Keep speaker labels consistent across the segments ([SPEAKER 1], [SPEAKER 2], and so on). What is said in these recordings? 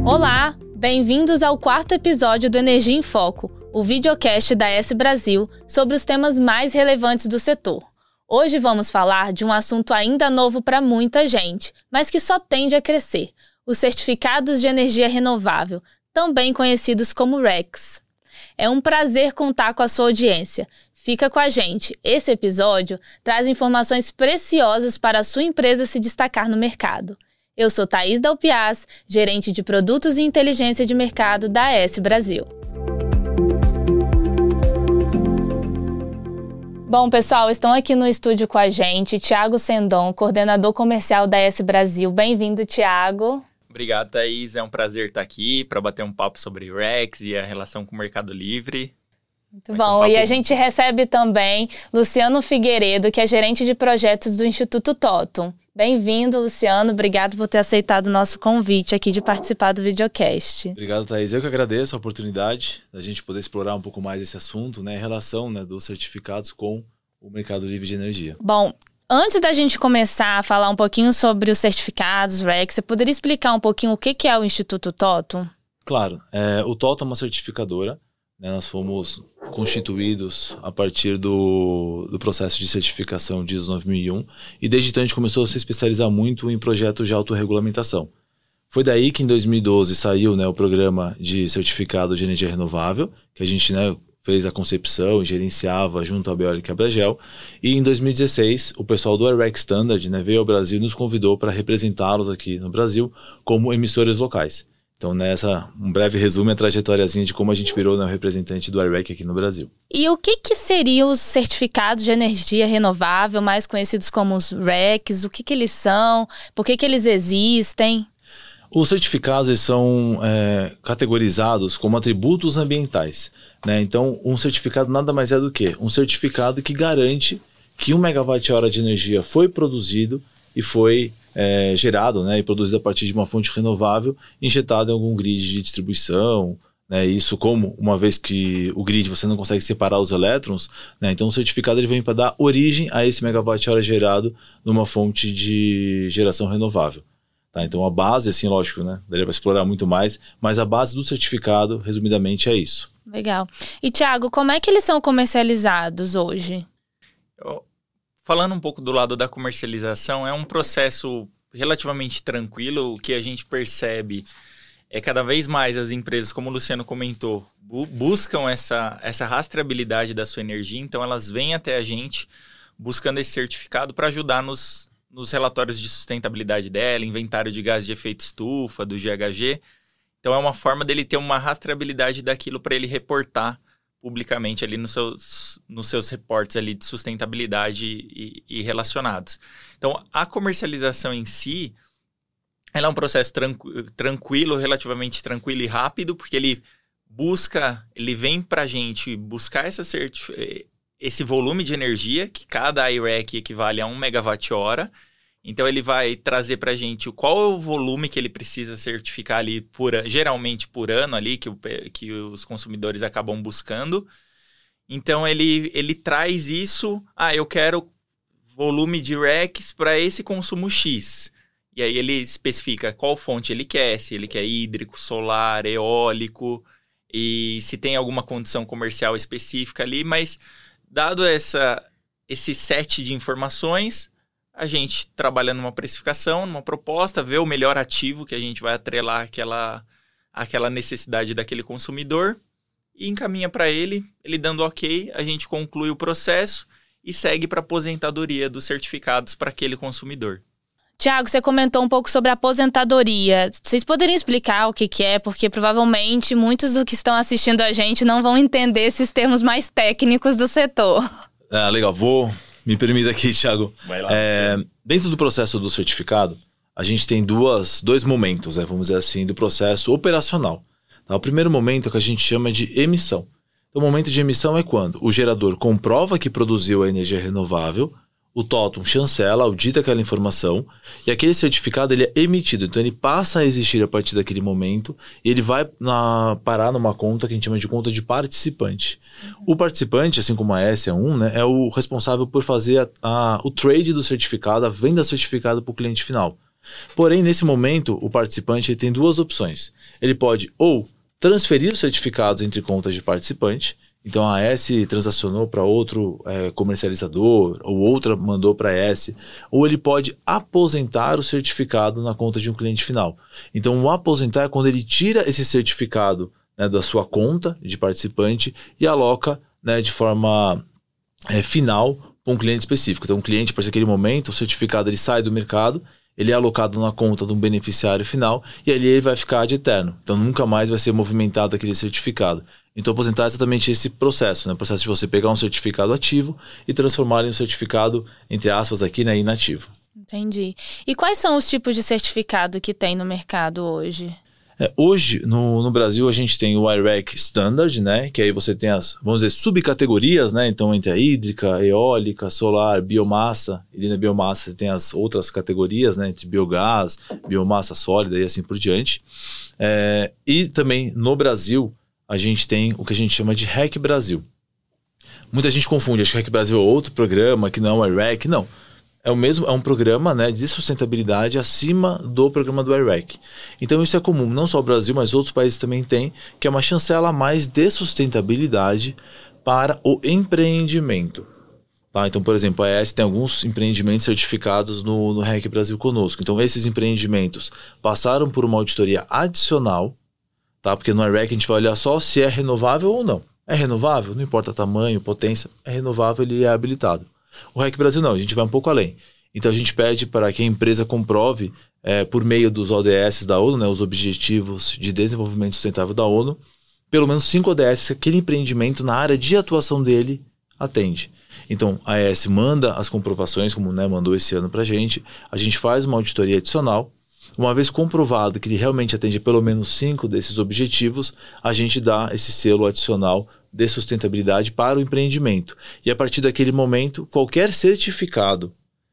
[SPEAKER 1] Olá, bem-vindos ao 4º episódio do Energia em Foco, o videocast da ES Brasil sobre os temas mais relevantes do setor. Hoje vamos falar de um assunto ainda novo para muita gente, mas que só tende a crescer: os certificados de energia renovável, também conhecidos como RECs. É um prazer contar com a sua audiência. Fica com a gente. Esse episódio traz informações preciosas para a sua empresa se destacar no mercado. Eu sou Thaís Dalpiaz, gerente de Produtos e Inteligência de Mercado da ES Brasil. Bom, pessoal, estão aqui no estúdio com a gente Thiago Sendon, coordenador comercial da ES Brasil. Bem-vindo, Thiago.
[SPEAKER 2] Obrigado, Thaís. É um prazer estar aqui para bater um papo sobre RECs e a relação com o Mercado Livre.
[SPEAKER 1] Muito bom. E a gente recebe também Luciano Figueiredo, que é gerente de projetos do Instituto Totum. Bem-vindo, Luciano. Obrigado por ter aceitado o nosso convite aqui de participar do videocast.
[SPEAKER 3] Obrigado, Thaís. Eu que agradeço a oportunidade da gente poder explorar um pouco mais esse assunto, né, em relação, né, dos certificados com o Mercado Livre de Energia.
[SPEAKER 1] Bom, antes da gente começar a falar um pouquinho sobre os certificados, RECs, você poderia explicar um pouquinho o que é o Instituto Totum?
[SPEAKER 3] Claro. O Totum é uma certificadora. Nós fomos constituídos a partir do processo de certificação de ISO 9001 e desde então a gente começou a se especializar muito em projetos de autorregulamentação. Foi daí que em 2012 saiu, né, o programa de certificado de energia renovável, que a gente, né, fez a concepção e gerenciava junto à Bioeólica e à Abragel. E em 2016 o pessoal do REC Standard, né, veio ao Brasil e nos convidou para representá-los aqui no Brasil como emissores locais. Então, um breve resumo, a trajetóriazinha de como a gente virou, né, o representante do REC aqui no Brasil.
[SPEAKER 1] E o que seriam os certificados de energia renovável, mais conhecidos como os RECs? O que eles são? Por que eles existem?
[SPEAKER 3] Os certificados eles são categorizados como atributos ambientais, né? Então, um certificado nada mais é do que um certificado que garante que 1 megawatt-hora de energia foi produzido e foi gerado, né, e produzido a partir de uma fonte renovável, injetado em algum grid de distribuição, né, isso como, uma vez que o grid você não consegue separar os elétrons, né, então o certificado ele vem para dar origem a esse megawatt-hora gerado numa fonte de geração renovável. Tá? Então a base, assim, lógico, né, daria para explorar muito mais, mas a base do certificado, resumidamente, é isso.
[SPEAKER 1] Legal. E, Thiago, como é que eles são comercializados hoje?
[SPEAKER 2] Falando um pouco do lado da comercialização, é um processo relativamente tranquilo. O que a gente percebe é cada vez mais as empresas, como o Luciano comentou, buscam essa rastreabilidade da sua energia. Então, elas vêm até a gente buscando esse certificado para ajudar nos relatórios de sustentabilidade dela, inventário de gás de efeito estufa, do GHG. Então, é uma forma dele ter uma rastreabilidade daquilo para ele reportar publicamente ali nos seus reportes ali de sustentabilidade e relacionados. Então, a comercialização em si, ela é um processo tranquilo, relativamente tranquilo e rápido, porque ele vem para a gente buscar esse volume de energia, que cada IREC equivale a 1 megawatt-hora. Então, ele vai trazer para a gente qual é o volume que ele precisa certificar ali, geralmente por ano, ali, que os consumidores acabam buscando. Então, ele traz isso. Eu quero volume de RECs para esse consumo X. E aí, ele especifica qual fonte ele quer, se ele quer hídrico, solar, eólico, e se tem alguma condição comercial específica ali. Mas, dado esse set de informações, a gente trabalha numa precificação, numa proposta, vê o melhor ativo que a gente vai atrelar àquela necessidade daquele consumidor e encaminha para ele dando ok, a gente conclui o processo e segue para a aposentadoria dos certificados para aquele consumidor.
[SPEAKER 1] Thiago, você comentou um pouco sobre a aposentadoria. Vocês poderiam explicar o que é? Porque provavelmente muitos dos que estão assistindo a gente não vão entender esses termos mais técnicos do setor.
[SPEAKER 3] Legal, me permita aqui, Thiago.
[SPEAKER 2] Vai lá,
[SPEAKER 3] dentro do processo do certificado, a gente tem dois momentos, né, vamos dizer assim, do processo operacional. Tá? O primeiro momento é o que a gente chama de emissão. Então, o momento de emissão é quando o gerador comprova que produziu a energia renovável, o Totum chancela, audita aquela informação e aquele certificado ele é emitido. Então, ele passa a existir a partir daquele momento e ele vai parar numa conta que a gente chama de conta de participante. O participante, assim como a SA1, né, é o responsável por fazer o trade do certificado, a venda do certificado para o cliente final. Porém, nesse momento, o participante ele tem duas opções. Ele pode ou transferir os certificados entre contas de participante, então a AS transacionou para outro comercializador, ou outra mandou para a AS, ou ele pode aposentar o certificado na conta de um cliente final. Então o aposentar é quando ele tira esse certificado, né, da sua conta de participante e aloca, né, de forma final para um cliente específico. Então o cliente, a partir daquele momento, o certificado ele sai do mercado, ele é alocado na conta de um beneficiário final e ali ele vai ficar de eterno. Então nunca mais vai ser movimentado aquele certificado. Então aposentar é exatamente esse processo, né? O processo de você pegar um certificado ativo e transformar em um certificado, entre aspas, aqui, né, inativo.
[SPEAKER 1] Entendi. E quais são os tipos de certificado que tem no mercado hoje?
[SPEAKER 3] Hoje, no Brasil, a gente tem o I-REC Standard, né? Que aí você tem as, vamos dizer, subcategorias, né? Então, entre a hídrica, eólica, solar, biomassa. E na biomassa você tem as outras categorias, né? Entre biogás, biomassa sólida e assim por diante. E também, no Brasil, a gente tem o que a gente chama de REC Brasil. Muita gente confunde, acha que REC Brasil é outro programa, que não é o I-REC. Não. É um programa, né, de sustentabilidade acima do programa do I-REC. Então isso é comum, não só o Brasil, mas outros países também têm, que é uma chancela a mais de sustentabilidade para o empreendimento. Tá? Então, por exemplo, a AES tem alguns empreendimentos certificados no REC Brasil conosco. Então esses empreendimentos passaram por uma auditoria adicional, tá? Porque no I-REC a gente vai olhar só se é renovável ou não. É renovável? Não importa tamanho, potência, é renovável, ele é habilitado. O REC Brasil não, a gente vai um pouco além. Então a gente pede para que a empresa comprove, por meio dos ODS da ONU, né, os Objetivos de Desenvolvimento Sustentável da ONU, pelo menos 5 ODS que aquele empreendimento na área de atuação dele atende. Então a AES manda as comprovações, como, né, mandou esse ano para a gente faz uma auditoria adicional. Uma vez comprovado que ele realmente atende pelo menos 5 desses objetivos, a gente dá esse selo adicional de sustentabilidade para o empreendimento. E a partir daquele momento, qualquer certificado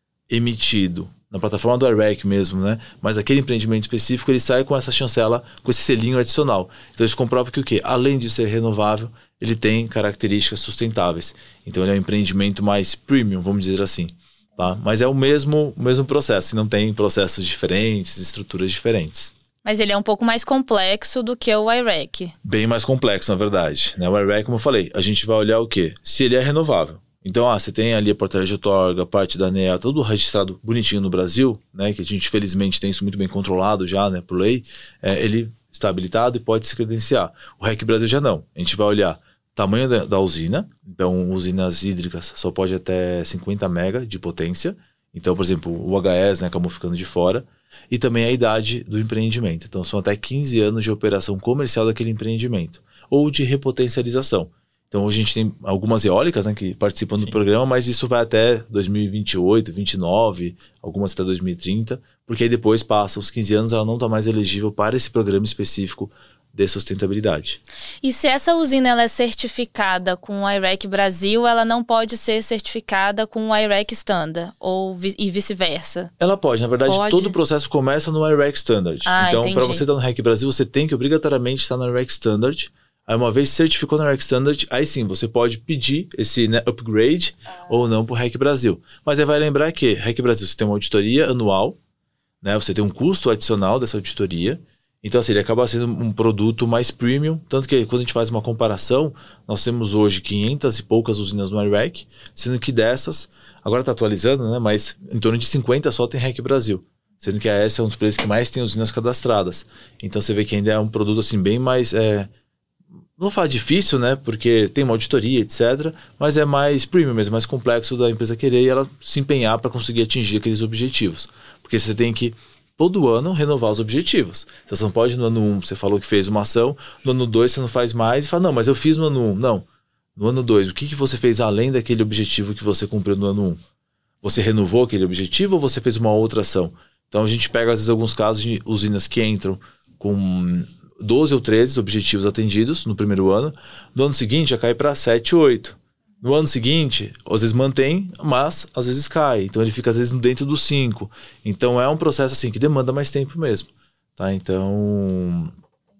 [SPEAKER 3] emitido na plataforma do I-REC mesmo, né? Mas aquele empreendimento específico, ele sai com essa chancela, com esse selinho adicional. Então isso comprova que o quê? Além de ser renovável, ele tem características sustentáveis. Então ele é um empreendimento mais premium, vamos dizer assim. Tá? Mas é o mesmo processo, não tem processos diferentes, estruturas diferentes.
[SPEAKER 1] Mas ele é um pouco mais complexo do que o I-REC.
[SPEAKER 3] Bem mais complexo, na verdade. Né? O I-REC, como eu falei, a gente vai olhar o quê? Se ele é renovável. Então, você tem ali a portaria de outorga, a parte da ANEEL, tudo registrado bonitinho no Brasil, né? Que a gente, felizmente, tem isso muito bem controlado já, né, por lei. Ele está habilitado e pode se credenciar. O REC Brasil já não. A gente vai olhar tamanho da usina. Então, usinas hídricas só pode até 50 mega de potência. Então, por exemplo, o HS, né, acabou ficando de fora. E também a idade do empreendimento. Então, são até 15 anos de operação comercial daquele empreendimento. Ou de repotencialização. Então, hoje a gente tem algumas eólicas, né, que participam do programa, mas isso vai até 2028, 2029, algumas até 2030, porque aí depois passa os 15 anos, ela não está mais elegível para esse programa específico de sustentabilidade.
[SPEAKER 1] E se essa usina ela é certificada com o I-REC Brasil, ela não pode ser certificada com o I-REC Standard e vice-versa?
[SPEAKER 3] Ela pode. Na verdade, todo o processo começa no I-REC Standard. Então, para você estar no REC Brasil, você tem que obrigatoriamente estar no I-REC Standard. Aí, uma vez certificou no REC Standard, aí sim, você pode pedir esse, né, upgrade ou não para o REC Brasil. Mas aí vai lembrar que REC Brasil, você tem uma auditoria anual, né, você tem um custo adicional dessa auditoria. Então, assim, ele acaba sendo um produto mais premium, tanto que quando a gente faz uma comparação, nós temos hoje 500 e poucas usinas no I-REC, sendo que dessas, agora está atualizando, né, mas em torno de 50 só tem REC Brasil, sendo que a AES é um dos países que mais tem usinas cadastradas. Então, você vê que ainda é um produto assim bem mais, não vou falar difícil, né, porque tem uma auditoria, etc., mas é mais premium mesmo, mais complexo da empresa querer e ela se empenhar para conseguir atingir aqueles objetivos. Porque você tem que todo ano renovar os objetivos. Você não pode no ano 1, você falou que fez uma ação, no ano 2 você não faz mais e fala, não, mas eu fiz no ano 1. Não, no ano 2, o que você fez além daquele objetivo que você cumpriu no ano 1? Você renovou aquele objetivo ou você fez uma outra ação? Então a gente pega às vezes alguns casos de usinas que entram com 12 ou 13 objetivos atendidos no primeiro ano, no ano seguinte já cai para 7, 8. No ano seguinte, às vezes mantém, mas às vezes cai. Então ele fica às vezes dentro dos 5. Então é um processo assim que demanda mais tempo mesmo. Tá? Então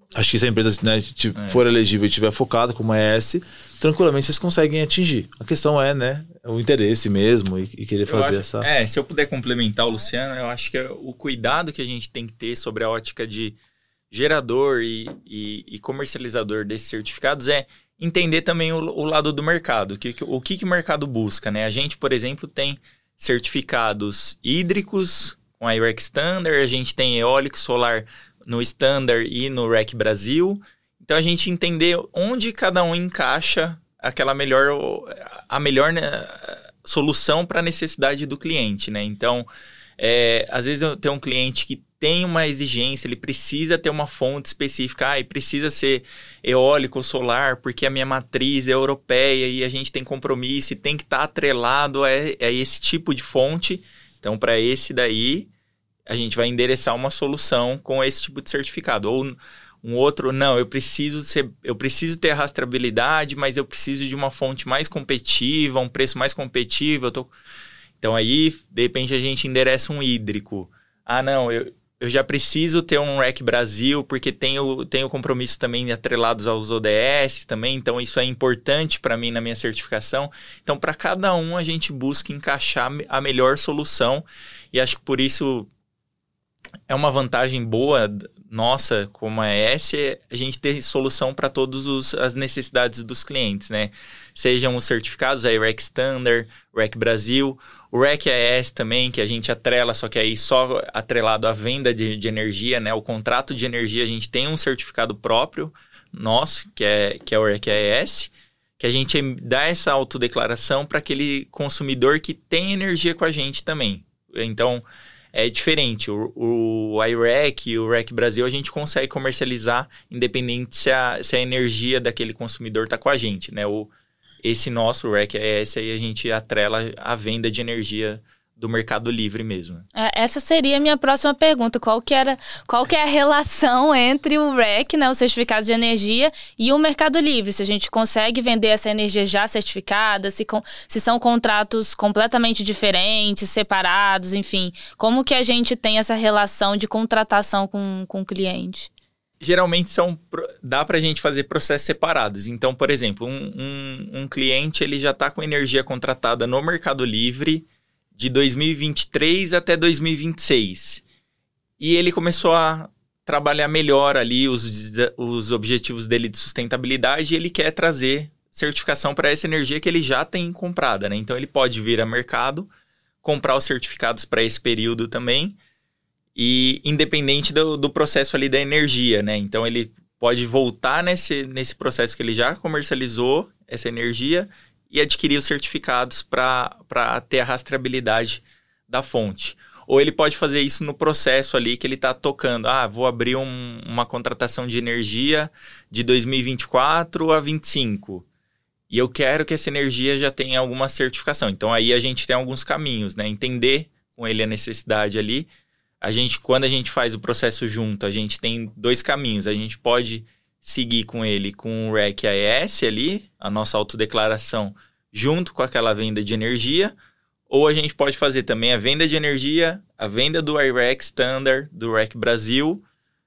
[SPEAKER 3] Acho que se a empresa, né, for elegível e estiver focada, como é essa, tranquilamente vocês conseguem atingir. A questão é, né, o interesse mesmo e querer fazer essa...
[SPEAKER 2] se eu puder complementar o Luciano, eu acho que o cuidado que a gente tem que ter sobre a ótica de gerador e comercializador desses certificados é entender também o lado do mercado. O que o mercado busca, né? A gente, por exemplo, tem certificados hídricos com a REC Standard, a gente tem eólico solar no Standard e no REC Brasil. Então, a gente entender onde cada um encaixa a melhor né, solução para a necessidade do cliente, né? Então, às vezes eu tenho um cliente que tem uma exigência, ele precisa ter uma fonte específica, e precisa ser eólico ou solar, porque a minha matriz é europeia e a gente tem compromisso e tem que estar atrelado a esse tipo de fonte. Então, para esse daí, a gente vai endereçar uma solução com esse tipo de certificado. Ou um outro, não, eu preciso ter rastreabilidade, mas eu preciso de uma fonte mais competitiva, um preço mais competitivo. Então, aí, de repente, a gente endereça um hídrico. Ah, não, eu já preciso ter um REC Brasil, porque tenho compromisso também atrelados aos ODS também, então isso é importante para mim na minha certificação. Então, para cada um, a gente busca encaixar a melhor solução, e acho que por isso é uma vantagem boa nossa, como a ES, a gente ter solução para todas as necessidades dos clientes, né? Sejam os certificados, a REC Standard, REC Brasil, o REC AES também, que a gente atrela, só que aí só atrelado à venda de energia, né? O contrato de energia, a gente tem um certificado próprio nosso, que é o REC AES, que a gente dá essa autodeclaração para aquele consumidor que tem energia com a gente também. Então, é diferente. O iREC e o REC Brasil a gente consegue comercializar independente se a energia daquele consumidor está com a gente, né? Esse nosso REC AES aí a gente atrela a venda de energia do Mercado Livre mesmo.
[SPEAKER 1] Essa seria a minha próxima pergunta. Qual que é a relação entre o REC, né, o certificado de energia, e o Mercado Livre? Se a gente consegue vender essa energia já certificada, se são contratos completamente diferentes, separados, enfim. Como que a gente tem essa relação de contratação com o cliente?
[SPEAKER 2] Geralmente dá para a gente fazer processos separados. Então, por exemplo, um cliente ele já está com energia contratada no Mercado Livre de 2023 até 2026. E ele começou a trabalhar melhor ali os objetivos dele de sustentabilidade e ele quer trazer certificação para essa energia que ele já tem comprada, né? Então, ele pode vir a mercado, comprar os certificados para esse período também, e independente do processo ali da energia, né? Então, ele pode voltar nesse processo que ele já comercializou essa energia e adquirir os certificados para ter a rastreabilidade da fonte. Ou ele pode fazer isso no processo ali que ele está tocando. Vou abrir uma contratação de energia de 2024 a 2025. E eu quero que essa energia já tenha alguma certificação. Então, aí a gente tem alguns caminhos, né? Entender com ele a necessidade ali. Quando a gente faz o processo junto, a gente tem dois caminhos. A gente pode seguir com ele com o REC AES ali, a nossa autodeclaração, junto com aquela venda de energia, ou a gente pode fazer também a venda de energia, a venda do iREC Standard, do REC Brasil,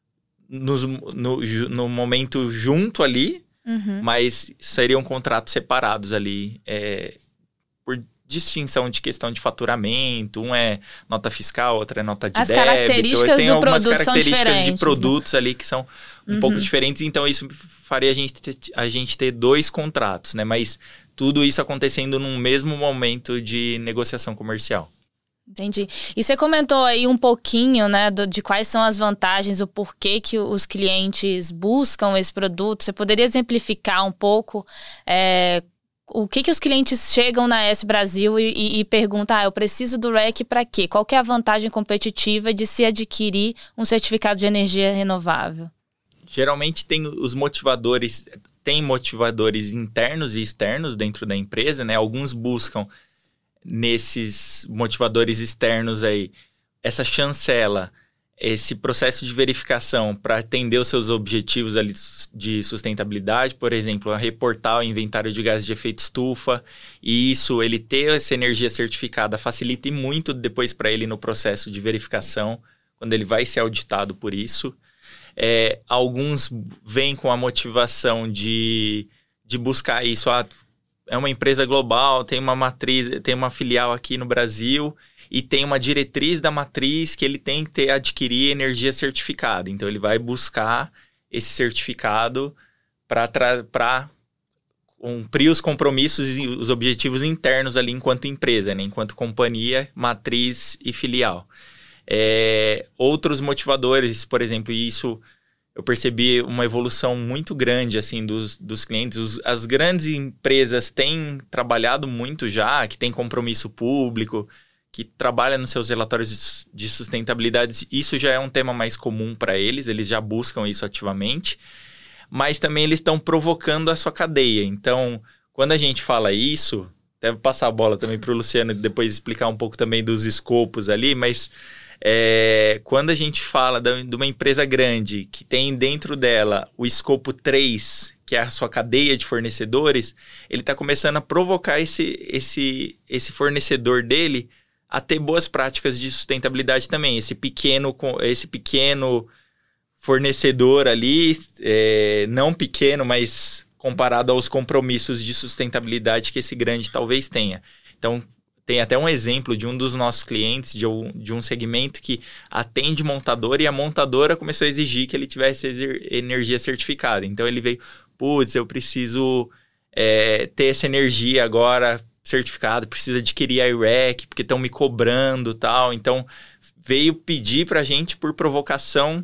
[SPEAKER 2] no momento junto ali, mas seriam contratos separados ali, por distinção de questão de faturamento, um é nota fiscal, outro é nota de débito.
[SPEAKER 1] As características do produto são diferentes.
[SPEAKER 2] Características de produtos, né, ali que são um pouco diferentes, então isso faria a gente ter dois contratos, né? Mas tudo isso acontecendo num mesmo momento de negociação comercial.
[SPEAKER 1] Entendi. E você comentou aí um pouquinho, né, de quais são as vantagens, o porquê que os clientes buscam esse produto. Você poderia exemplificar um pouco o que os clientes chegam na ES Brasil e perguntam, eu preciso do REC para quê? Qual que é a vantagem competitiva de se adquirir um certificado de energia renovável?
[SPEAKER 2] Geralmente tem motivadores internos e externos dentro da empresa, né? Alguns buscam nesses motivadores externos aí essa chancela, esse processo de verificação para atender os seus objetivos ali de sustentabilidade, por exemplo, a reportar o inventário de gases de efeito estufa, e isso, ele ter essa energia certificada facilita muito depois para ele no processo de verificação, quando ele vai ser auditado por isso. Alguns vêm com a motivação de buscar isso. É uma empresa global, tem uma matriz, tem uma filial aqui no Brasil e tem uma diretriz da matriz que ele tem que adquirir energia certificada. Então, ele vai buscar esse certificado para cumprir os compromissos e os objetivos internos ali enquanto empresa, né? Enquanto companhia, matriz e filial. Outros motivadores, por exemplo, isso eu percebi uma evolução muito grande assim, dos clientes. As grandes empresas têm trabalhado muito já, que tem compromisso público, que trabalha nos seus relatórios de sustentabilidade. Isso já é um tema mais comum para eles já buscam isso ativamente. Mas também eles estão provocando a sua cadeia. Então, quando a gente fala isso, deve passar a bola também para o Luciano depois explicar um pouco também dos escopos ali, mas quando a gente fala de uma empresa grande que tem dentro dela o escopo 3, que é a sua cadeia de fornecedores, ele está começando a provocar esse fornecedor dele a ter boas práticas de sustentabilidade também. Esse pequeno fornecedor ali, não pequeno, mas comparado aos compromissos de sustentabilidade que esse grande talvez tenha. Então, tem até um exemplo de um dos nossos clientes, de um segmento que atende montadora, e a montadora começou a exigir que ele tivesse energia certificada. Então, ele veio, eu preciso ter essa energia agora certificada, preciso adquirir a IREC, porque estão me cobrando e tal. Então, veio pedir para a gente por provocação,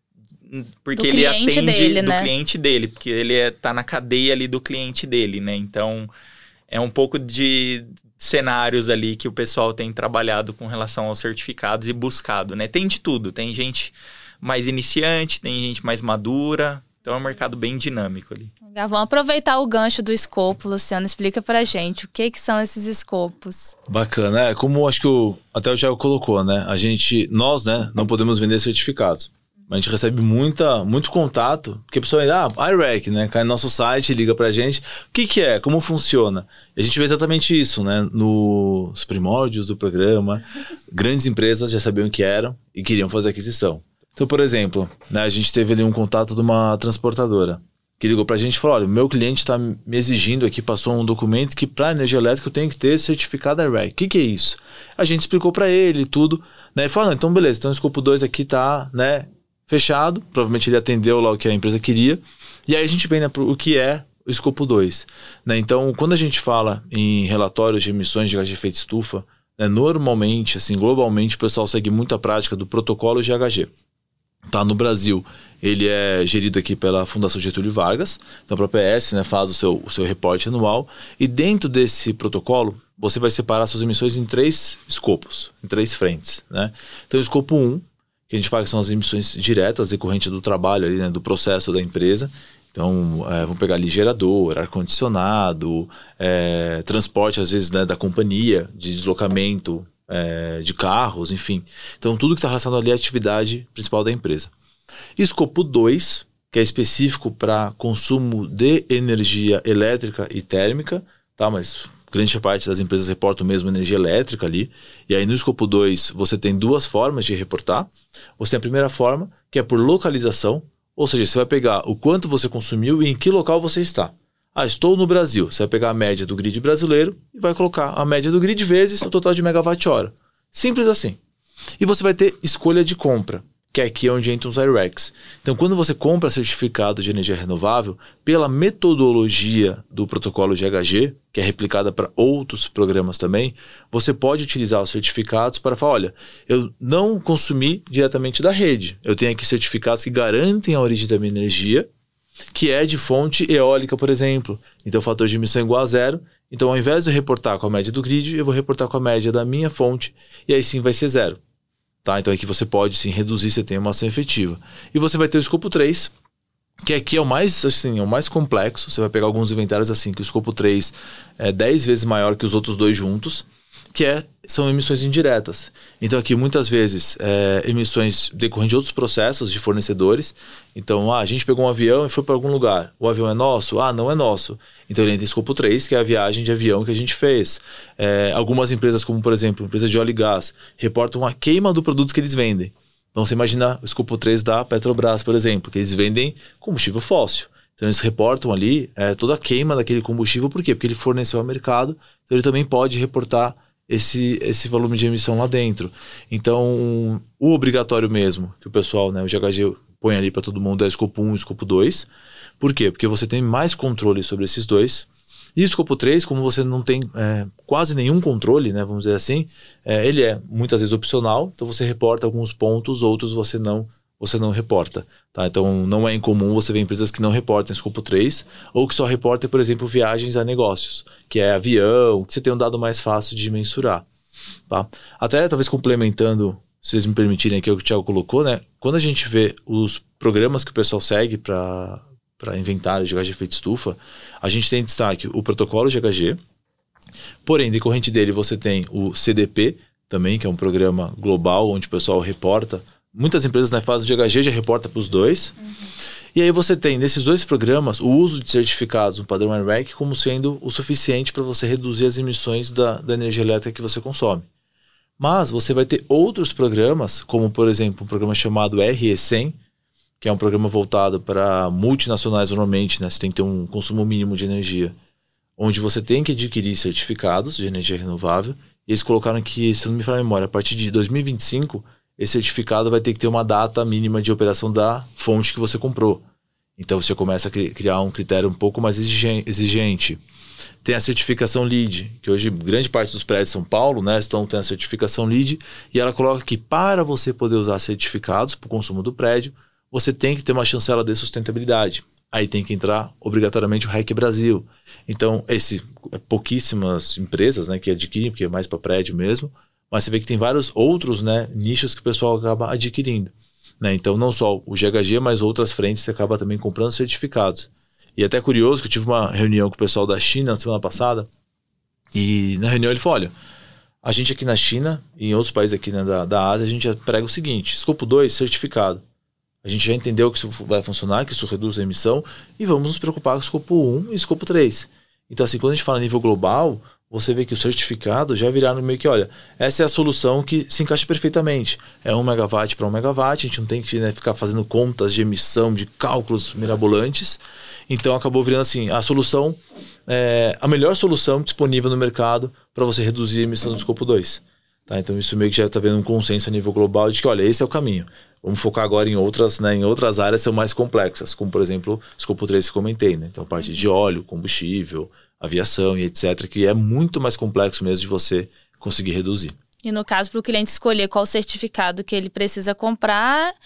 [SPEAKER 2] porque ele atende do cliente dele, porque ele tá na cadeia ali do cliente dele, né? Então, é um pouco de cenários ali que o pessoal tem trabalhado com relação aos certificados e buscado, né? Tem de tudo, tem gente mais iniciante, tem gente mais madura, então é um mercado bem dinâmico ali.
[SPEAKER 1] Vamos aproveitar o gancho do escopo, Luciano, explica pra gente o que são esses escopos.
[SPEAKER 3] Bacana, como acho que até o Thiago colocou, né? Nós, né, não podemos vender certificados. A gente recebe muito contato, porque a pessoa IREC, né? Cai no nosso site, liga pra gente. O que é? Como funciona? E a gente vê exatamente isso, né? Nos primórdios do programa, grandes empresas já sabiam o que eram e queriam fazer aquisição. Então, por exemplo, né, a gente teve ali um contato de uma transportadora que ligou pra gente e falou: olha, o meu cliente está me exigindo aqui, passou um documento que para energia elétrica eu tenho que ter certificado IREC. O que é isso? A gente explicou pra ele tudo, né? E falou: então beleza, então o escopo 2 aqui tá, né, fechado, provavelmente ele atendeu lá o que a empresa queria, e aí a gente vem, né, o que é o escopo 2, né? Então, quando a gente fala em relatórios de emissões de gás de efeito estufa, né, normalmente, assim, globalmente, o pessoal segue muito a prática do protocolo GHG. Tá, no Brasil, ele é gerido aqui pela Fundação Getúlio Vargas, então a própria PS, né, faz o seu reporte anual, e dentro desse protocolo, você vai separar suas emissões em 3 escopos, em 3 frentes, né? Então, o escopo 1, que a gente fala que são as emissões diretas decorrentes do trabalho ali, né, do processo da empresa. Então, vamos pegar ali gerador, ar-condicionado, transporte, às vezes, né, da companhia, de deslocamento de carros, enfim. Então, tudo que está relacionado ali à atividade principal da empresa. Escopo 2, que é específico para consumo de energia elétrica e térmica, tá? Mas grande parte das empresas reportam mesmo energia elétrica ali. E aí no escopo 2 você tem 2 formas de reportar. Você tem a primeira forma, que é por localização, ou seja, você vai pegar o quanto você consumiu e em que local você está. Estou no Brasil. Você vai pegar a média do grid brasileiro e vai colocar a média do grid vezes o total de megawatt-hora. Simples assim. E você vai ter escolha de compra, que é aqui onde entram os IRECs. Então, quando você compra certificado de energia renovável, pela metodologia do protocolo GHG, que é replicada para outros programas também, você pode utilizar os certificados para falar: olha, eu não consumi diretamente da rede, eu tenho aqui certificados que garantem a origem da minha energia, que é de fonte eólica, por exemplo. Então, o fator de emissão é igual a 0. Então, ao invés de eu reportar com a média do grid, eu vou reportar com a média da minha fonte, e aí sim vai ser 0. Tá? Então aqui você pode sim reduzir, você tem uma ação efetiva. E você vai ter o escopo 3, que aqui é o mais complexo. Você vai pegar alguns inventários assim, que o escopo 3 é 10 vezes maior que os outros 2 juntos, que são emissões indiretas. Então aqui muitas vezes emissões decorrentes de outros processos de fornecedores. Então a gente pegou um avião e foi para algum lugar. O avião é nosso? Não é nosso. Então ele entra em escopo 3, que é a viagem de avião que a gente fez. Algumas empresas, como por exemplo, empresa de óleo e gás, reportam a queima do produto que eles vendem. Então você imagina o escopo 3 da Petrobras, por exemplo, que eles vendem combustível fóssil. Então eles reportam ali toda a queima daquele combustível. Por quê? Porque ele forneceu ao mercado, então ele também pode reportar esse volume de emissão lá dentro. Então o obrigatório mesmo, que o pessoal, né, o GHG põe ali para todo mundo, é escopo 1 e escopo 2. Por quê? Porque você tem mais controle sobre esses dois. E o escopo 3, como você não tem quase nenhum controle, né, vamos dizer assim, ele é muitas vezes opcional, então você reporta alguns pontos, outros você não reporta. Tá? Então não é incomum você ver empresas que não reportam escopo 3, ou que só reportam, por exemplo, viagens a negócios, que é avião, que você tem um dado mais fácil de mensurar. Tá? Até talvez complementando, se vocês me permitirem aqui o que o Thiago colocou, né, quando a gente vê os programas que o pessoal segue para inventário de gás de efeito estufa, a gente tem em destaque o protocolo GHG, porém, decorrente dele você tem o CDP também, que é um programa global, onde o pessoal reporta. Muitas empresas na fase de GHG já reporta para os dois. E aí você tem, nesses dois programas, o uso de certificados no padrão ANREC como sendo o suficiente para você reduzir as emissões da energia elétrica que você consome. Mas você vai ter outros programas, como por exemplo um programa chamado RE100, que é um programa voltado para multinacionais normalmente, né? Você tem que ter um consumo mínimo de energia, onde você tem que adquirir certificados de energia renovável. E eles colocaram que, se não me falha a memória, a partir de 2025, esse certificado vai ter que ter uma data mínima de operação da fonte que você comprou. Então você começa a criar um critério um pouco mais exigente. Tem a certificação LEED, que hoje grande parte dos prédios de São Paulo, né, estão tendo a certificação LEED, e ela coloca que para você poder usar certificados para o consumo do prédio, você tem que ter uma chancela de sustentabilidade. Aí tem que entrar obrigatoriamente o REC Brasil. Então, pouquíssimas empresas, né, que adquirem, porque é mais para prédio mesmo, mas você vê que tem vários outros, né, nichos que o pessoal acaba adquirindo. Né? Então, não só o GHG, mas outras frentes você acaba também comprando certificados. E até curioso que eu tive uma reunião com o pessoal da China na semana passada, e na reunião ele falou, olha, a gente aqui na China e em outros países aqui, né, da Ásia, a gente já prega o seguinte, escopo 2, certificado. A gente já entendeu que isso vai funcionar, que isso reduz a emissão, e vamos nos preocupar com o escopo 1 e escopo 3. Então, assim, quando a gente fala a nível global, você vê que o certificado já virá no meio que, olha, essa é a solução que se encaixa perfeitamente. É 1 megawatt para 1 megawatt, a gente não tem que, né, ficar fazendo contas de emissão, de cálculos mirabolantes. Então, acabou virando assim, a melhor solução disponível no mercado para você reduzir a emissão do escopo 2. Tá? Então, isso meio que já está vendo um consenso a nível global de que, olha, esse é o caminho. Vamos focar agora em outras, né, em outras áreas que são mais complexas, como, por exemplo, escopo 3 que comentei, né? Então, a parte de óleo, combustível, aviação e etc., que é muito mais complexo mesmo de você conseguir reduzir.
[SPEAKER 1] E no caso, para o cliente escolher qual certificado que ele precisa comprar,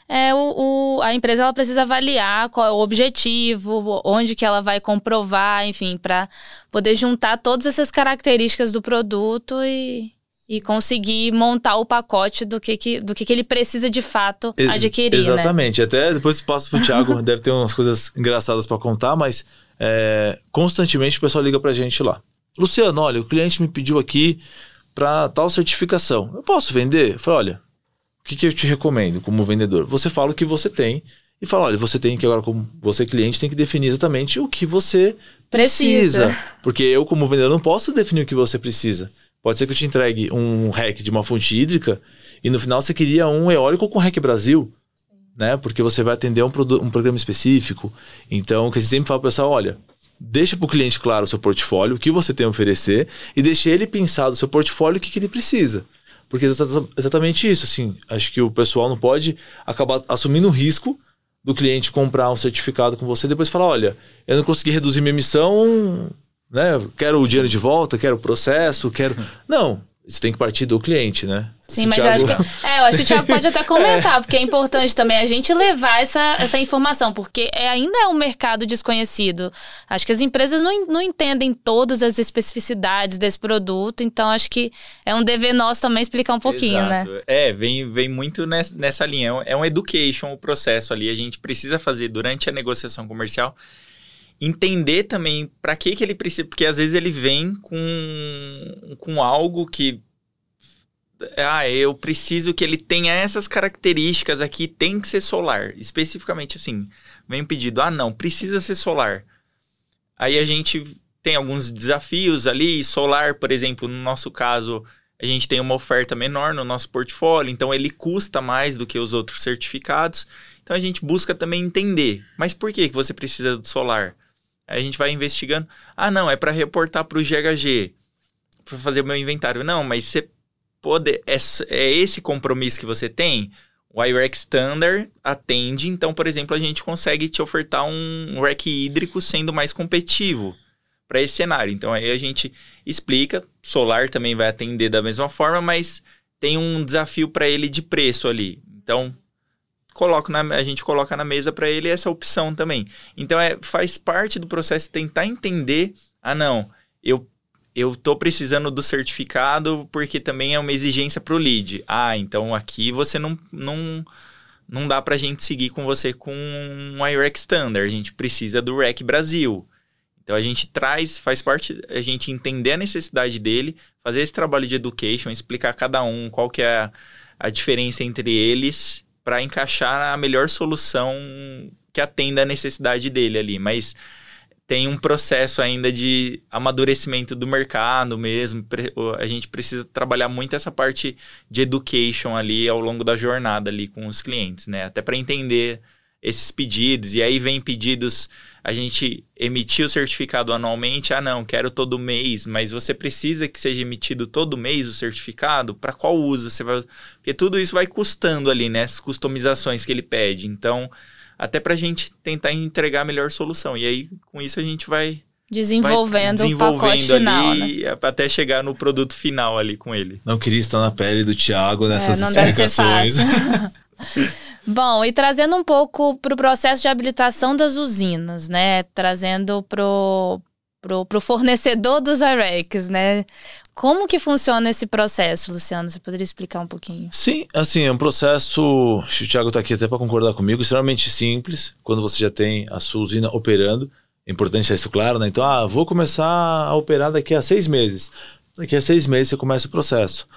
[SPEAKER 1] a empresa ela precisa avaliar qual é o objetivo, onde que ela vai comprovar, enfim, para poder juntar todas essas características do produto e conseguir montar o pacote do que ele precisa de fato adquirir,
[SPEAKER 3] exatamente. Né? Até depois passo pro Thiago, deve ter umas coisas engraçadas para contar, mas constantemente o pessoal liga pra gente lá. Luciano, olha, o cliente me pediu aqui para tal certificação. Eu posso vender? Eu falo, olha, o que eu te recomendo como vendedor? Você fala o que você tem e fala, olha, você tem que agora, como você cliente, tem que definir exatamente o que você precisa. Porque eu, como vendedor, não posso definir o que você precisa. Pode ser que eu te entregue um REC de uma fonte hídrica e no final você queria um eólico com REC Brasil, né? Porque você vai atender um programa específico. Então, o que a gente sempre fala para o pessoal, olha, deixa para o cliente claro o seu portfólio, o que você tem a oferecer e deixa ele pensar do seu portfólio o que ele precisa. Porque é exatamente isso, assim, acho que o pessoal não pode acabar assumindo o risco do cliente comprar um certificado com você e depois falar, olha, eu não consegui reduzir minha emissão, né? Quero o dinheiro de volta, quero o processo, quero... Não, isso tem que partir do cliente, né?
[SPEAKER 1] Sim, mas Thiago... eu acho que o Thiago pode até comentar, porque é importante também a gente levar essa informação, porque ainda é um mercado desconhecido. Acho que as empresas não entendem todas as especificidades desse produto, então acho que é um dever nosso também explicar um pouquinho,
[SPEAKER 2] exato,
[SPEAKER 1] né?
[SPEAKER 2] Vem muito nessa linha. É um education o processo ali. A gente precisa fazer durante a negociação comercial, entender também para que ele precisa, porque às vezes ele vem com algo que eu preciso que ele tenha essas características aqui, tem que ser solar, especificamente assim, vem um pedido, não, precisa ser solar. Aí a gente tem alguns desafios ali, solar, por exemplo, no nosso caso, a gente tem uma oferta menor no nosso portfólio, então ele custa mais do que os outros certificados. Então a gente busca também entender, mas por que você precisa do solar? Aí a gente vai investigando. Ah, não, é para reportar para o GHG, para fazer o meu inventário. Não, mas você pode, é esse compromisso que você tem? O I-REC Standard atende, então, por exemplo, a gente consegue te ofertar um REC hídrico sendo mais competitivo para esse cenário. Então, aí a gente explica, solar também vai atender da mesma forma, mas tem um desafio para ele de preço ali. Então, a gente coloca na mesa para ele essa opção também. Então, faz parte do processo tentar entender, eu estou precisando do certificado porque também é uma exigência para o lead. Então aqui você não dá para a gente seguir com você com um I-REC Standard. A gente precisa do REC Brasil. Então a gente faz parte, a gente entender a necessidade dele, fazer esse trabalho de education, explicar a cada um qual que é a diferença entre eles para encaixar a melhor solução que atenda a necessidade dele ali. Mas tem um processo ainda de amadurecimento do mercado mesmo. A gente precisa trabalhar muito essa parte de education ali ao longo da jornada ali com os clientes, né? Até para entender esses pedidos. E aí vem pedidos, a gente emitir o certificado anualmente. Quero todo mês, mas você precisa que seja emitido todo mês o certificado? Para qual uso você vai? Porque tudo isso vai custando ali, né? As customizações que ele pede. Então, até para a gente tentar entregar a melhor solução. E aí, com isso, a gente vai
[SPEAKER 1] desenvolvendo o pacote final,
[SPEAKER 2] ali, né? Até chegar no produto final ali com ele.
[SPEAKER 3] Não queria estar na pele do Thiago nessas
[SPEAKER 1] não
[SPEAKER 3] explicações.
[SPEAKER 1] Deve ser fácil. Bom, e trazendo um pouco para o processo de habilitação das usinas, né? Trazendo pro fornecedor dos I-RECs, né? Como que funciona esse processo, Luciano? Você poderia explicar um pouquinho?
[SPEAKER 3] Sim, assim, é um processo, o Thiago está aqui até para concordar comigo, extremamente simples, quando você já tem a sua usina operando. É importante deixar isso claro, né? Então, vou começar a operar daqui a 6 meses. Daqui a 6 meses você começa o processo.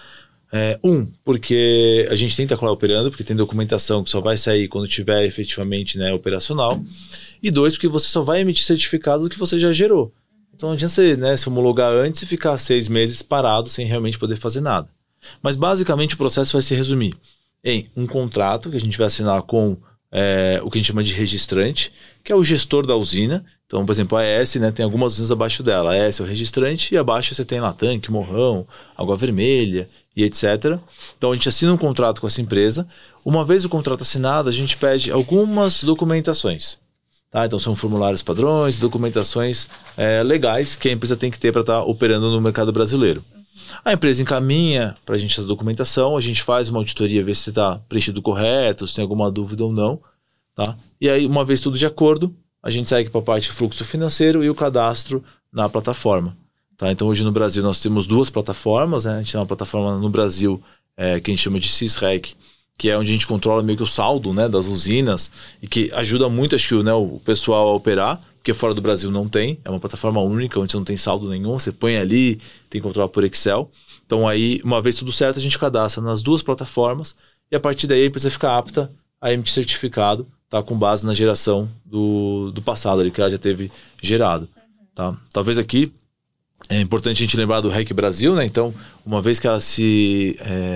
[SPEAKER 3] Porque a gente tem que estar operando, porque tem documentação que só vai sair quando tiver efetivamente, né, operacional. E 2, porque você só vai emitir certificado do que você já gerou. Então não adianta você, né, se homologar antes e ficar 6 meses parado sem realmente poder fazer nada. Mas basicamente o processo vai se resumir em um contrato que a gente vai assinar com o que a gente chama de registrante, que é o gestor da usina. Então, por exemplo, a AES, né, tem algumas usinas abaixo dela. A AES é o registrante e abaixo você tem lá tanque, morrão, água vermelha e etc. Então a gente assina um contrato com essa empresa. Uma vez o contrato assinado, a gente pede algumas documentações. Tá? Então são formulários padrões, documentações legais que a empresa tem que ter para estar operando no mercado brasileiro. A empresa encaminha para a gente essa documentação, a gente faz uma auditoria, ver se está preenchido correto, se tem alguma dúvida ou não. Tá? E aí, uma vez tudo de acordo, a gente segue para a parte de fluxo financeiro e o cadastro na plataforma. Tá? Então hoje no Brasil nós temos 2 plataformas, né? A gente tem uma plataforma no Brasil que a gente chama de SysREC, que é onde a gente controla meio que o saldo, né, das usinas e que ajuda muito, acho que, né, o pessoal a operar, porque fora do Brasil não tem, é uma plataforma única onde você não tem saldo nenhum, você põe ali, tem que controlar por Excel. Então aí, uma vez tudo certo, a gente cadastra nas 2 plataformas e a partir daí a empresa fica apta a emitir certificado, tá, com base na geração do passado ali, que ela já teve gerado. Tá? Talvez aqui é importante a gente lembrar do REC Brasil, né? Então, uma vez que ela se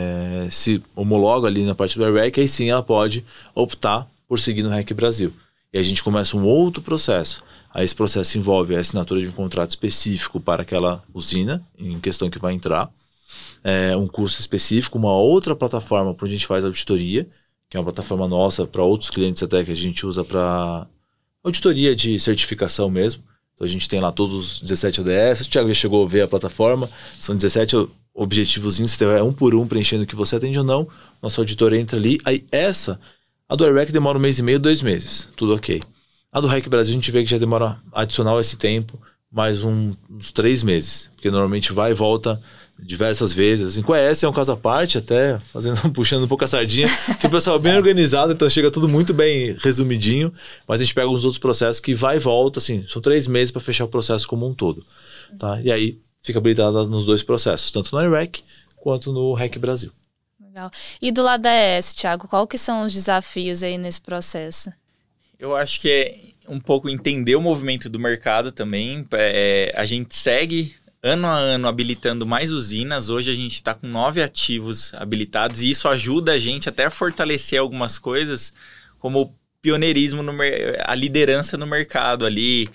[SPEAKER 3] homologa ali na parte do I-REC, aí sim ela pode optar por seguir no REC Brasil. E a gente começa um outro processo. Aí esse processo envolve a assinatura de um contrato específico para aquela usina em questão que vai entrar, um custo específico, uma outra plataforma para onde a gente faz auditoria, que é uma plataforma nossa para outros clientes até que a gente usa para auditoria de certificação mesmo. Então a gente tem lá todos os 17 ODS, o Thiago já chegou a ver a plataforma, são 17 objetivozinhos, você vai um por um preenchendo o que você atende ou não, nosso auditor entra ali, aí a do I-REC demora 1 mês e meio, 2 meses, tudo ok. A do REC Brasil a gente vê que já demora adicional esse tempo, mais uns 3 meses, porque normalmente vai e volta diversas vezes. Assim, com a ES é um caso à parte, até puxando um pouco a sardinha, que o pessoal é bem organizado, então chega tudo muito bem resumidinho, mas a gente pega uns outros processos que vai e volta, assim, são 3 meses para fechar o processo como um todo. Tá? E aí fica habilitado nos 2 processos, tanto no I-REC quanto no REC Brasil.
[SPEAKER 1] Legal. E do lado da ES, Thiago, qual que são os desafios aí nesse processo?
[SPEAKER 2] Eu acho que é um pouco entender o movimento do mercado também. A gente segue ano a ano habilitando mais usinas. Hoje a gente está com 9 ativos habilitados e isso ajuda a gente até a fortalecer algumas coisas, como o pioneirismo, a liderança no mercado ali,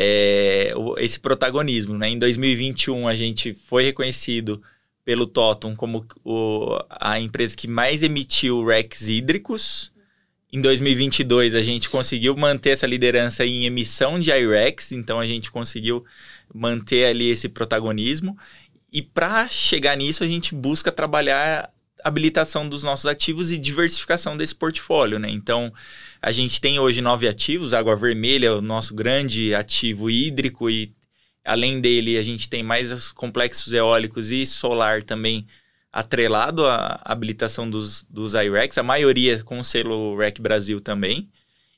[SPEAKER 2] esse protagonismo, né? Em 2021 a gente foi reconhecido pelo Totum como a empresa que mais emitiu RECs hídricos. Em 2022 a gente conseguiu manter essa liderança em emissão de I-RECs, então a gente conseguiu manter ali esse protagonismo. E para chegar nisso a gente busca trabalhar a habilitação dos nossos ativos e diversificação desse portfólio, né? Então a gente tem hoje 9 ativos, Água Vermelha é o nosso grande ativo hídrico e além dele a gente tem mais os complexos eólicos e solar também atrelado à habilitação dos I-RECs, a maioria com o selo REC Brasil também.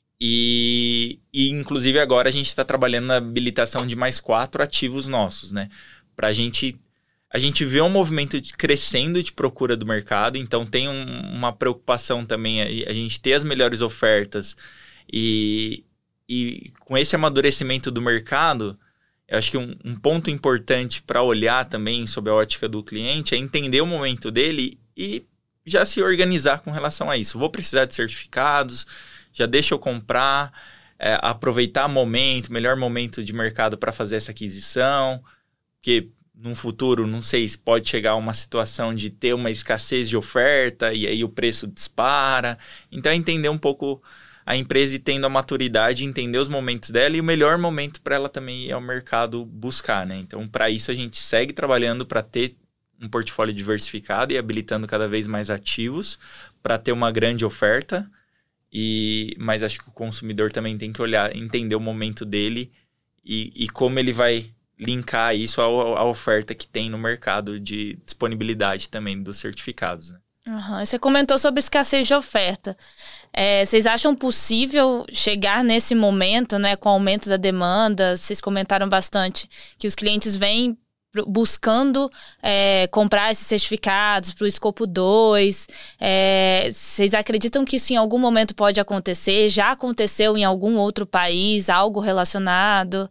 [SPEAKER 2] E inclusive agora a gente está trabalhando na habilitação de mais 4 ativos nossos, né? A gente vê um movimento crescendo de procura do mercado, então tem uma preocupação também a gente ter as melhores ofertas e com esse amadurecimento do mercado, eu acho que um ponto importante para olhar também sobre a ótica do cliente é entender o momento dele e já se organizar com relação a isso. Vou precisar de certificados, já deixa eu comprar, aproveitar o melhor momento de mercado para fazer essa aquisição, porque num futuro, não sei se pode chegar a uma situação de ter uma escassez de oferta e aí o preço dispara. Então, entender um pouco a empresa e tendo a maturidade, entender os momentos dela e o melhor momento para ela também ir ao mercado buscar, né? Então, para isso, a gente segue trabalhando para ter um portfólio diversificado e habilitando cada vez mais ativos para ter uma grande oferta. Mas acho que o consumidor também tem que olhar, entender o momento dele e como ele vai linkar isso à oferta que tem no mercado de disponibilidade também dos certificados, né?
[SPEAKER 1] Uhum. Você comentou sobre escassez de oferta. Vocês acham possível chegar nesse momento, né, com o aumento da demanda? Vocês comentaram bastante que os clientes vêm buscando comprar esses certificados para o escopo 2. Vocês acreditam que isso em algum momento pode acontecer? Já aconteceu em algum outro país, algo relacionado?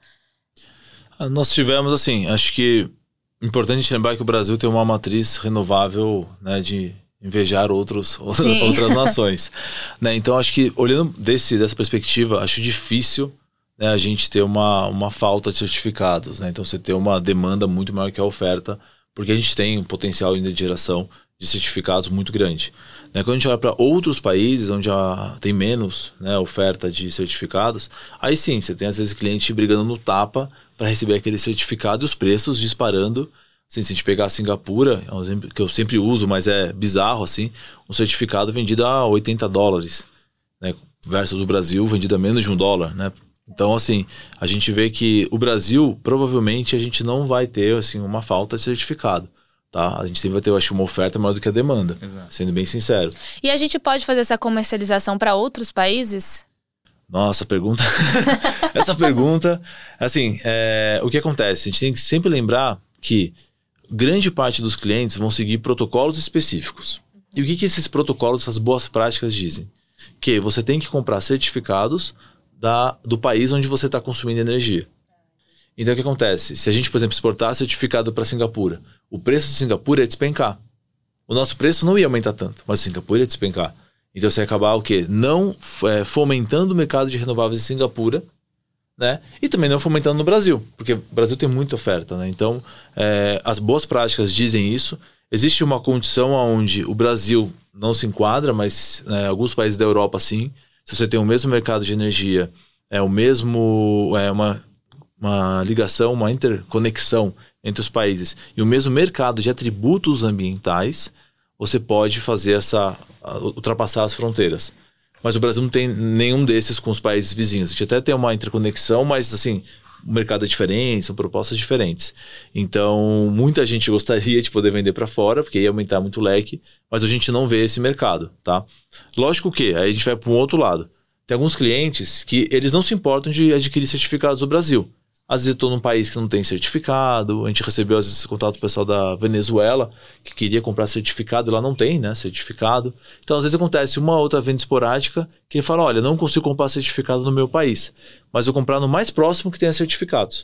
[SPEAKER 3] Nós tivemos, assim, acho que é importante lembrar que o Brasil tem uma matriz renovável, né, de invejar outras nações, né? Então acho que olhando dessa perspectiva, acho difícil, né, a gente ter uma falta de certificados, né? Então você ter uma demanda muito maior que a oferta, porque a gente tem um potencial ainda de geração de certificados muito grande, né? Quando a gente olha para outros países onde já tem menos, né, oferta de certificados, aí sim, você tem às vezes cliente brigando no tapa para receber aquele certificado e os preços disparando. Assim, se a gente pegar a Singapura, é um exemplo que eu sempre uso, mas é bizarro, assim, um certificado vendido a $80, né, versus o Brasil vendido a menos de $1, né? Então, assim, a gente vê que o Brasil, provavelmente, a gente não vai ter, assim, uma falta de certificado, tá? A gente sempre vai ter, eu acho, uma oferta maior do que a demanda, sendo bem sincero.
[SPEAKER 1] E a gente pode fazer essa comercialização para outros países?
[SPEAKER 3] Nossa, pergunta... Essa pergunta, assim, o que acontece? A gente tem que sempre lembrar que grande parte dos clientes vão seguir protocolos específicos. E o que esses protocolos, essas boas práticas dizem? Que você tem que comprar certificados do país onde você está consumindo energia. Então o que acontece? Se a gente, por exemplo, exportar certificado para Singapura, o preço de Singapura ia despencar. O nosso preço não ia aumentar tanto, mas Singapura ia despencar. Então você ia acabar o quê? Não fomentando o mercado de renováveis em Singapura, né? E também não fomentando no Brasil, porque o Brasil tem muita oferta, né? Então, as boas práticas dizem isso. Existe uma condição onde o Brasil não se enquadra, mas alguns países da Europa sim. Se você tem o mesmo mercado de energia, uma ligação, uma interconexão entre os países e o mesmo mercado de atributos ambientais, você pode fazer ultrapassar as fronteiras. Mas o Brasil não tem nenhum desses com os países vizinhos. A gente até tem uma interconexão, mas assim, o mercado é diferente, são propostas diferentes. Então, muita gente gostaria de poder vender para fora, porque ia aumentar muito o leque, mas a gente não vê esse mercado, tá? Lógico que, aí a gente vai para um outro lado. Tem alguns clientes que eles não se importam de adquirir certificados do Brasil. Às vezes eu estou num país que não tem certificado, a gente recebeu às vezes contato do pessoal da Venezuela que queria comprar certificado e lá não tem, né, certificado. Então às vezes acontece uma outra venda esporádica que ele fala, olha, não consigo comprar certificado no meu país, mas vou comprar no mais próximo que tenha certificados.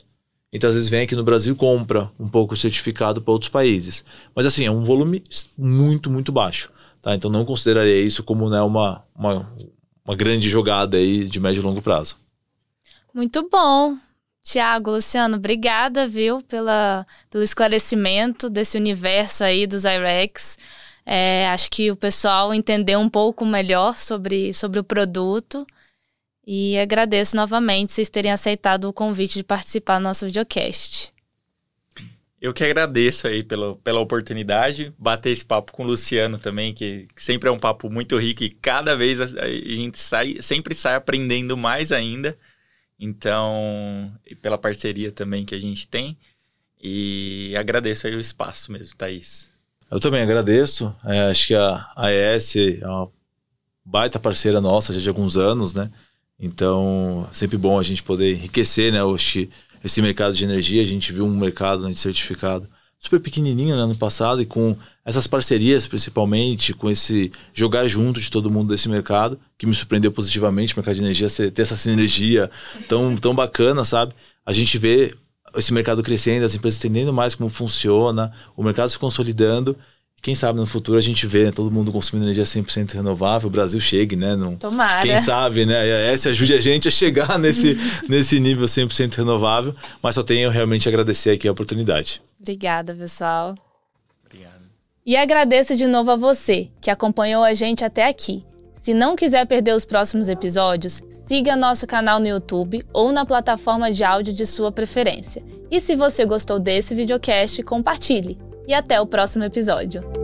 [SPEAKER 3] Então, às vezes, vem aqui no Brasil e compra um pouco o certificado para outros países. Mas, assim, é um volume muito, muito baixo. Tá? Então, não consideraria isso como, né, uma grande jogada aí de médio e longo prazo.
[SPEAKER 1] Muito bom. Tiago, Luciano, obrigada, viu, pelo esclarecimento desse universo aí dos I-RECs. Acho que o pessoal entendeu um pouco melhor sobre o produto. E agradeço novamente vocês terem aceitado o convite de participar do nosso videocast.
[SPEAKER 2] Eu que agradeço aí pela oportunidade, bater esse papo com o Luciano também, que sempre é um papo muito rico e cada vez a gente sempre sai aprendendo mais ainda. Então, pela parceria também que a gente tem. E agradeço aí o espaço mesmo, Thaís.
[SPEAKER 3] Eu também agradeço. Acho que a AES é uma baita parceira nossa já de alguns anos, né? Então, sempre bom a gente poder enriquecer, né? Esse mercado de energia. A gente viu um mercado, né, de certificado super pequenininho, né, no passado, e com essas parcerias, principalmente, com esse jogar junto de todo mundo desse mercado, que me surpreendeu positivamente, o mercado de energia ter essa sinergia tão bacana, sabe? A gente vê esse mercado crescendo, as empresas entendendo mais como funciona, o mercado se consolidando. Quem sabe no futuro a gente vê, né, todo mundo consumindo energia 100% renovável, o Brasil chegue, né?
[SPEAKER 1] Tomara.
[SPEAKER 3] Quem sabe, né? Essa ajude a gente a chegar nesse nível 100% renovável, mas só tenho realmente a agradecer aqui a oportunidade.
[SPEAKER 1] Obrigada, pessoal.
[SPEAKER 2] Obrigado.
[SPEAKER 1] E agradeço de novo a você que acompanhou a gente até aqui. Se não quiser perder os próximos episódios, siga nosso canal no YouTube ou na plataforma de áudio de sua preferência. E se você gostou desse videocast, compartilhe. E até o próximo episódio.